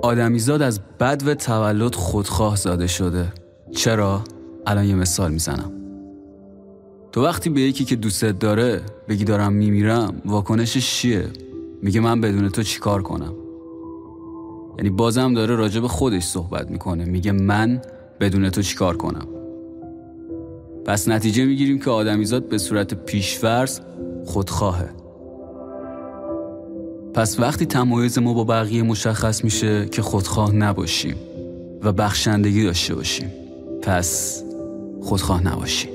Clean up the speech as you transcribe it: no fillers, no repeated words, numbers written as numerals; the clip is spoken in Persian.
آدمیزاد از بدو تولد خودخواه زاده شده. چرا؟ الان یه مثال میزنم. تو وقتی به یکی که دوستت داره بگی دارم میمیرم، واکنشش چیه؟ میگه من بدون تو چی کار کنم؟ یعنی بازم داره راجع به خودش صحبت میکنه، میگه من بدون تو چی کار کنم؟ پس نتیجه میگیریم که آدمیزاد به صورت پیش‌فرض خودخواهه. پس وقتی تمایز ما با بقیه مشخص میشه که خودخواه نباشیم و بخشندگی داشته باشیم، پس خودخواه نباشیم.